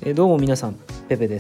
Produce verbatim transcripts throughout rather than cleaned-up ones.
えー、どうも皆さん、ペペです。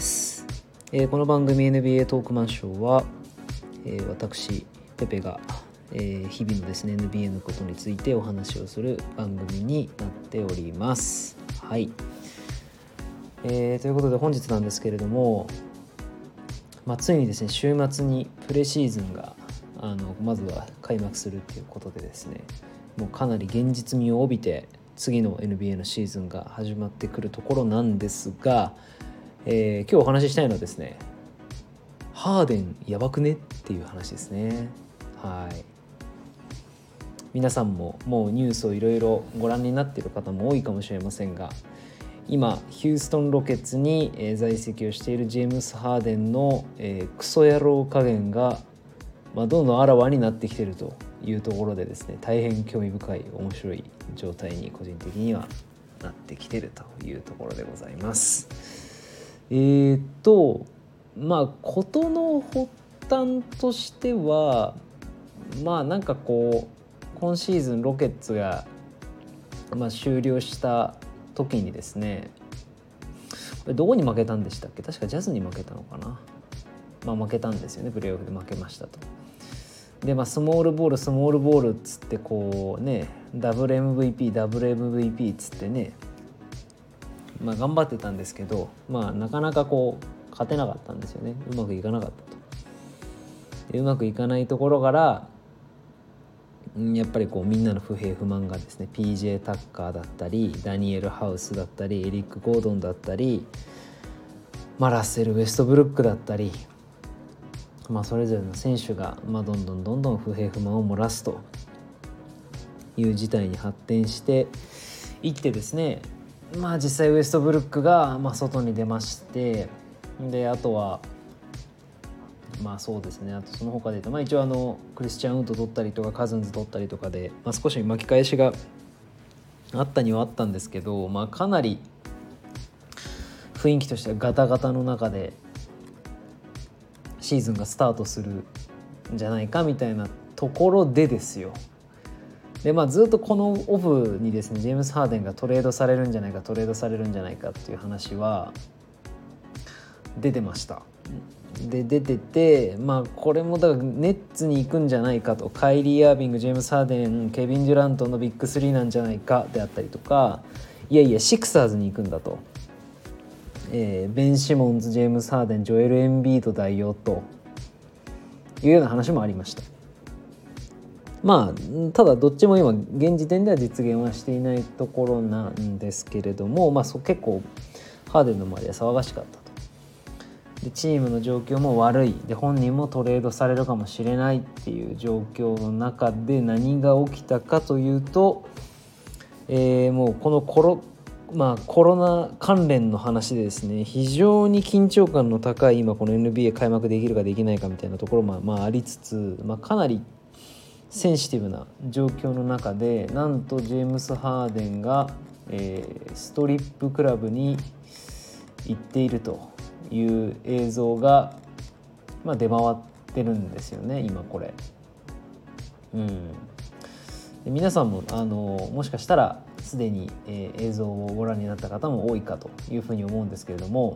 えー、この番組 エヌビーエー トークマンショーは、えー、私ペペが、えー、日々のですね エヌビーエー のことについてお話をする番組になっております。はい、えー、ということで本日なんですけれども、まあ、ついにですね週末にプレシーズンがあのまずは開幕するということでですね、もうかなり現実味を帯びて次の エヌビーエー のシーズンが始まってくるところなんですが、えー、今日お話ししたいのはですね、ハーデンやばくねっていう話ですね。はい。皆さんももうニュースをいろいろご覧になっている方も多いかもしれませんが、今ヒューストンロケッツに在籍をしているジェームス・ハーデンの、えー、クソ野郎加減が、まあ、どんどんあらわになってきているというところでですね、大変興味深い面白い状態に個人的にはなってきているというところでございます。えーっとまあ事の発端としては、まあなんかこう今シーズンロケッツが、まあ、終了した時にですね、どこに負けたんでしたっけ？確かジャズに負けたのかな。まあ負けたんですよね、プレーオフで負けましたと。でまあスモールボールスモールボールっつってこうね、ダブル エムブイピー ダブル エムブイピー っつってね、まあ頑張ってたんですけど、まあなかなかこう勝てなかったんですよね。うまくいかなかったと。でうまくいかないところからやっぱりこうみんなの不平不満がですね、 ピージェー タッカーだったりダニエル・ハウスだったりエリック・ゴードンだったり、まあ、ラッセル・ウェストブルックだったり、まあ、それぞれの選手が、まあ、どんどんどんどん不平不満を漏らすという事態に発展していってですね、まあ実際ウエストブルックが、まあ、外に出まして、であとはまあそうですね、あとその他で言うと、まあ、一応あのクリスチャン・ウッド取ったりとかカズンズ取ったりとかで、まあ、少し巻き返しがあったにはあったんですけど、まあ、かなり雰囲気としてはガタガタの中でシーズンがスタートするんじゃないかみたいなところでですよ。でまあずっとこのオフにですね、ジェームス・ハーデンがトレードされるんじゃないかトレードされるんじゃないかっていう話は出てました。で出てて、まあこれもだからネッツに行くんじゃないかと、カイリー・アービング、ジェームス・ハーデン、ケビン・デュラントのビッグスリーなんじゃないかであったりとか、いやいやシクサーズに行くんだと、えー、ベン・シモンズ、ジェームス・ハーデン、ジョエル・エンビード代表というような話もありました。まあただどっちも今現時点では実現はしていないところなんですけれども、まあ、そ結構ハーデンの周りは騒がしかったと。でチームの状況も悪いで、本人もトレードされるかもしれないっていう状況の中で何が起きたかというと、えー、もうこのコロまあ、コロナ関連の話でですね、非常に緊張感の高い今この エヌビーエー 開幕できるかできないかみたいなところもまあありつつ、まあ、かなりセンシティブな状況の中で、なんとジェームス・ハーデンが、えー、ストリップクラブに行っているという映像が、まあ、出回ってるんですよね今これ。うんで皆さんもあのもしかしたらすでに、えー、映像をご覧になった方も多いかというふうに思うんですけれども、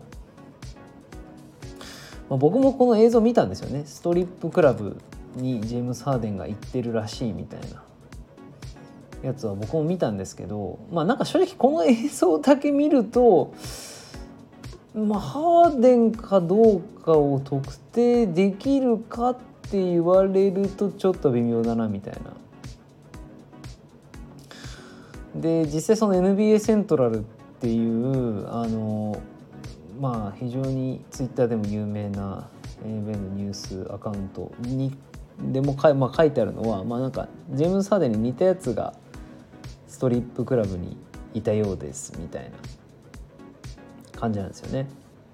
まあ、僕もこの映像見たんですよね。ストリップクラブにジェームス・ハーデンが行ってるらしいみたいなやつは僕も見たんですけど、まあなんか正直この映像だけ見ると、まあ、ハーデンかどうかを特定できるかって言われるとちょっと微妙だなみたいな。で実際その エヌビーエー セントラルっていうあのまあ非常にツイッターでも有名な エヌビーエー のニュースアカウントにでもか、まあ、書いてあるのは、まあ、なんかジェームズ・ハーデンに似たやつがストリップクラブにいたようですみたいな感じなんですよね。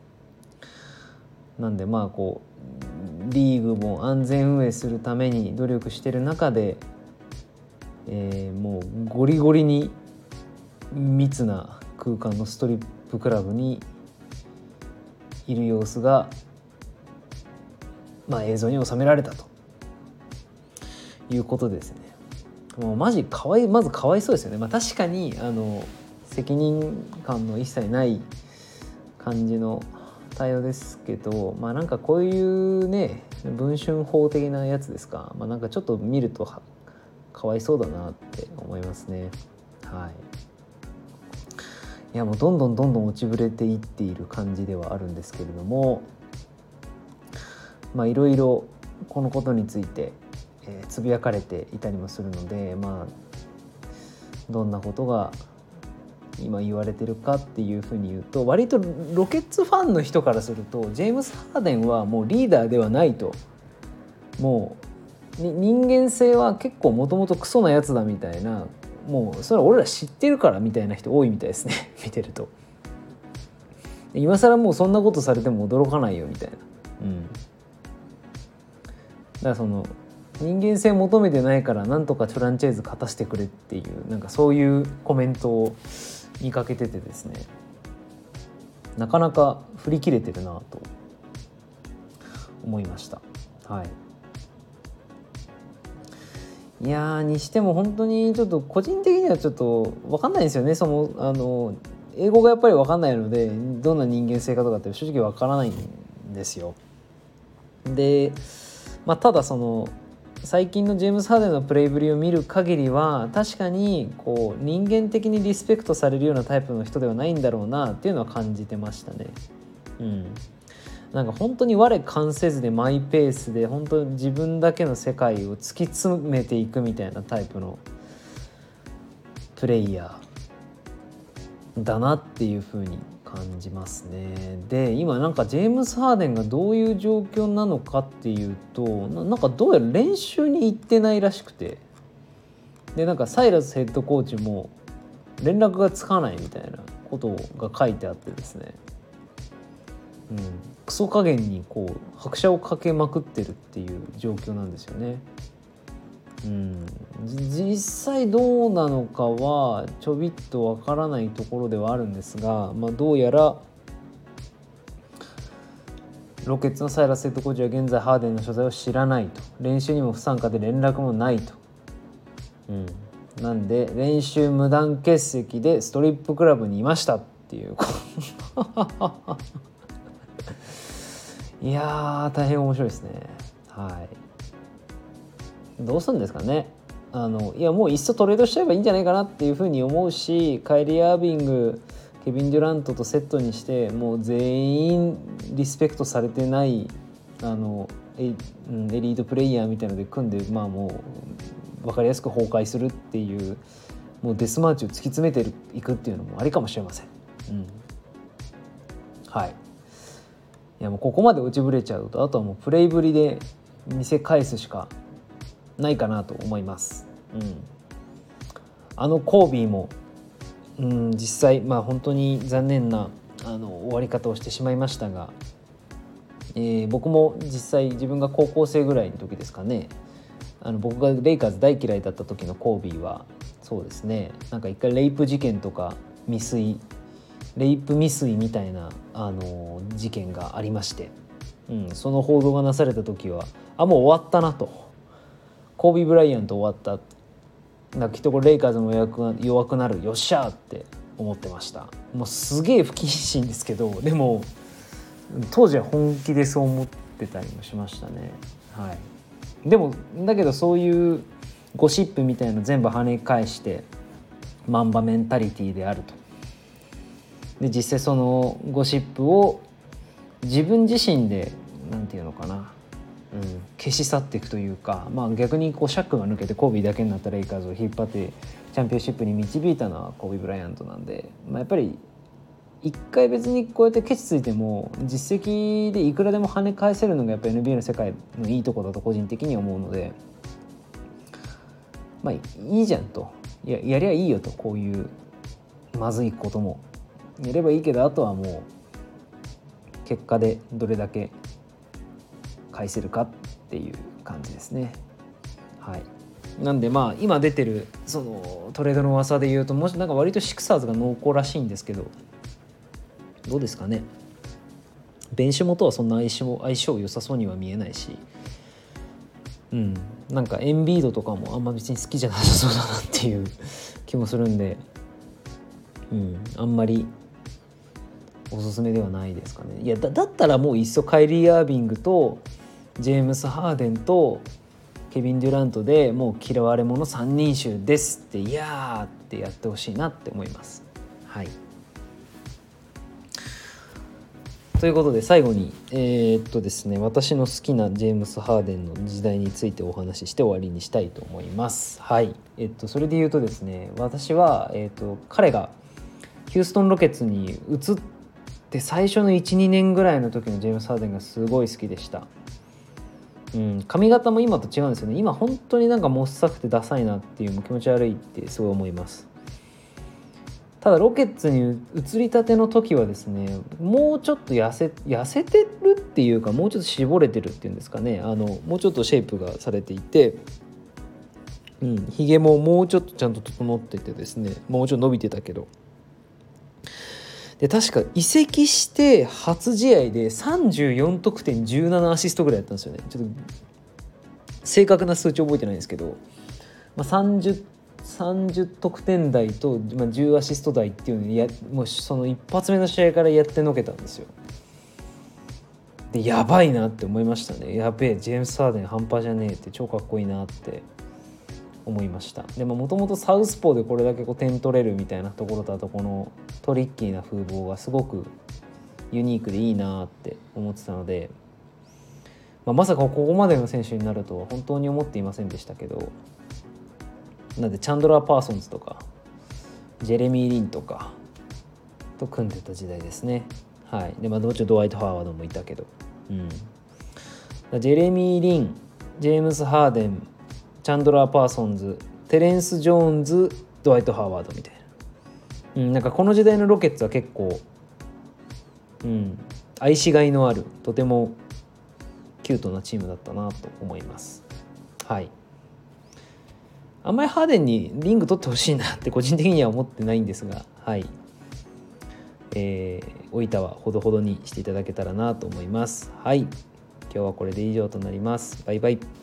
なんでまあこうリーグも安全運営するために努力してる中で、えー、もうゴリゴリに密な空間のストリップクラブにいる様子が、まあ、映像に収められたということですね。もうマジかわいまずかわいそうですよね。まあ、確かにあの責任感の一切ない感じの対応ですけど、まあなんかこういうね文春法的なやつですか、まあなんかちょっと見るとかわいそうだなって思いますね。はい、いやもうどんどんどんどん落ちぶれていっている感じではあるんですけれども、まあいろいろこのことについて、えー、つぶやかれていたりもするので、まあどんなことが今言われてるかっていうふうに言うと、割とロケッツファンの人からするとジェームス・ハーデンはもうリーダーではないと、もう人間性は結構もともとクソなやつだみたいな、もうそれは俺ら知ってるからみたいな人多いみたいですね見てると。今更もうそんなことされても驚かないよみたいな、うん、だからその人間性求めてないからなんとかフランチャイズ勝たせてくれっていう、なんかそういうコメントを見かけててですね、なかなか振り切れてるなと思いました。はい、いやにしても本当にちょっと個人的にはちょっと分かんないですよね。そのあの英語がやっぱり分かんないので、どんな人間性かとかって正直分からないんですよ。で、まあ、ただその最近のジェームス・ハーデンのプレイぶりを見る限りは確かにこう人間的にリスペクトされるようなタイプの人ではないんだろうなっていうのは感じてましたね。うん、なんか本当に我関せずでマイペースで本当に自分だけの世界を突き詰めていくみたいなタイプのプレイヤーだなっていう風に感じますね。で今なんかジェームス・ハーデンがどういう状況なのかっていうと、 な, なんかどうやら練習に行ってないらしくて、でなんかサイラスヘッドコーチも連絡がつかないみたいなことが書いてあってですね、うん、クソ加減にこう拍車をかけまくってるっていう状況なんですよね。うん、実際どうなのかはちょびっとわからないところではあるんですが、まあ、どうやらロケッツのサイラスヘッドコーチは現在ハーデンの所在を知らないと、練習にも不参加で連絡もないと、うん、なんで練習無断欠席でストリップクラブにいましたっていういやー大変面白いですね。はい、どうするんですかね。あのいやもういっそトレードしちゃえばいいんじゃないかなっていうふうに思うし、カイリー・アービング、ケビン・デュラントとセットにしてもう全員リスペクトされてないあの エ, エリートプレイヤーみたいなので組んで、まあもう分かりやすく崩壊するっていう、もうデスマーチを突き詰めていくっていうのもありかもしれません。うん、はい、いやもうここまで落ちぶれちゃうと、あとはもうプレイぶりで見せ返すしかないかなと思います。うん、あのコービーも、うん、実際まあ本当に残念なあの終わり方をしてしまいましたが、えー、僕も実際自分が高校生ぐらいの時ですかね、あの僕がレイカーズ大嫌いだった時のコービーはそうですね、なんか一回レイプ事件とか未遂レイプ未遂みたいな、あのー、事件がありまして、うん、その報道がなされた時はあもう終わったなと、コービー・ブライアント終わった、だきっとこれレイカーズも弱く、弱くなるよっしゃーって思ってました。もうすげえ不謹慎ですけど、でも当時は本気でそう思ってたりもしましたね。はい、でもだけどそういうゴシップみたいなの全部跳ね返してマンバメンタリティであると。で実際そのゴシップを自分自身でなんていうのかな、うん、消し去っていくというか、まあ、逆にこうシャックが抜けてコービーだけになったレイカーズを引っ張ってチャンピオンシップに導いたのはコービー・ブライアントなんで、まあ、やっぱり一回別にこうやってケチついても実績でいくらでも跳ね返せるのがやっぱ エヌビーエー の世界のいいとこだと個人的には思うので、まあいいじゃんと、や、やりゃいいよと、こういうまずいこともやればいいけど、あとはもう結果でどれだけ返せるかっていう感じですね。はい、なんでまあ今出てるそのトレードの噂で言うと、もしなんか割とシクサーズが濃厚らしいんですけど、どうですかね。ベンシモとはそんな相性相性良さそうには見えないし、うん、なんかエンビードとかもあんま別に好きじゃなさそうだなっていう気もするんで、うん、あんまりおすすめではないですかね。いや だ, だったらもういっそカイリー・アービングとジェームス・ハーデンとケビン・デュラントでもう嫌われ者さんにん衆ですっていやーってやってほしいなって思います。はい。ということで最後にえー、っとですね私の好きなジェームス・ハーデンの時代についてお話しして終わりにしたいと思います。はい。えっとそれで言うとですね私はえー、っと彼がヒューストン・ロケッツに移って最初の いちにねんぐらいの時のジェームス・ハーデンがすごい好きでした。うん、髪型も今と違うんですよね。今本当になんかもっさくてダサいなっていう気持ち悪いってすごい思います。ただロケッツに移りたての時はですねもうちょっと痩せ痩せてるっていうかもうちょっと絞れてるっていうんですかねあのもうちょっとシェイプがされていて、うん、ひげももうちょっとちゃんと整っててですねもうちょっと伸びてたけどで確か移籍して初試合でさんじゅうよんとくてんじゅうななアシストぐらいやったんですよね。ちょっと正確な数値覚えてないんですけど、まあ、30, 30得点台と、まあ、じゅうアシスト台っていうのにやもうその一発目の試合からやってのけたんですよ。でやばいなって思いましたね。やべえジェームス・ハーデン半端じゃねえって超かっこいいなって思いました。でももともとサウスポーでこれだけこう点取れるみたいなところだとこのトリッキーな風貌がすごくユニークでいいなって思ってたので、まあ、まさかここまでの選手になるとは本当に思っていませんでしたけどなんでチャンドラー・パーソンズとかジェレミー・リンとかと組んでた時代ですね。はい。でまあもちろんドワイト・ハワードもいたけど、うん、ジェレミー・リン、ジェームス・ハーデン、チャンドラー・パーソンズ、テレンス・ジョーンズ、ドワイト・ハワードみたいな、うん、なんかこの時代のロケッツは結構、うん、愛しがいのあるとてもキュートなチームだったなと思います。はい。あんまりハーデンにリング取ってほしいなって個人的には思ってないんですが、はい。えー、おいたはほどほどにしていただけたらなと思います。はい。今日はこれで以上となります。バイバイ。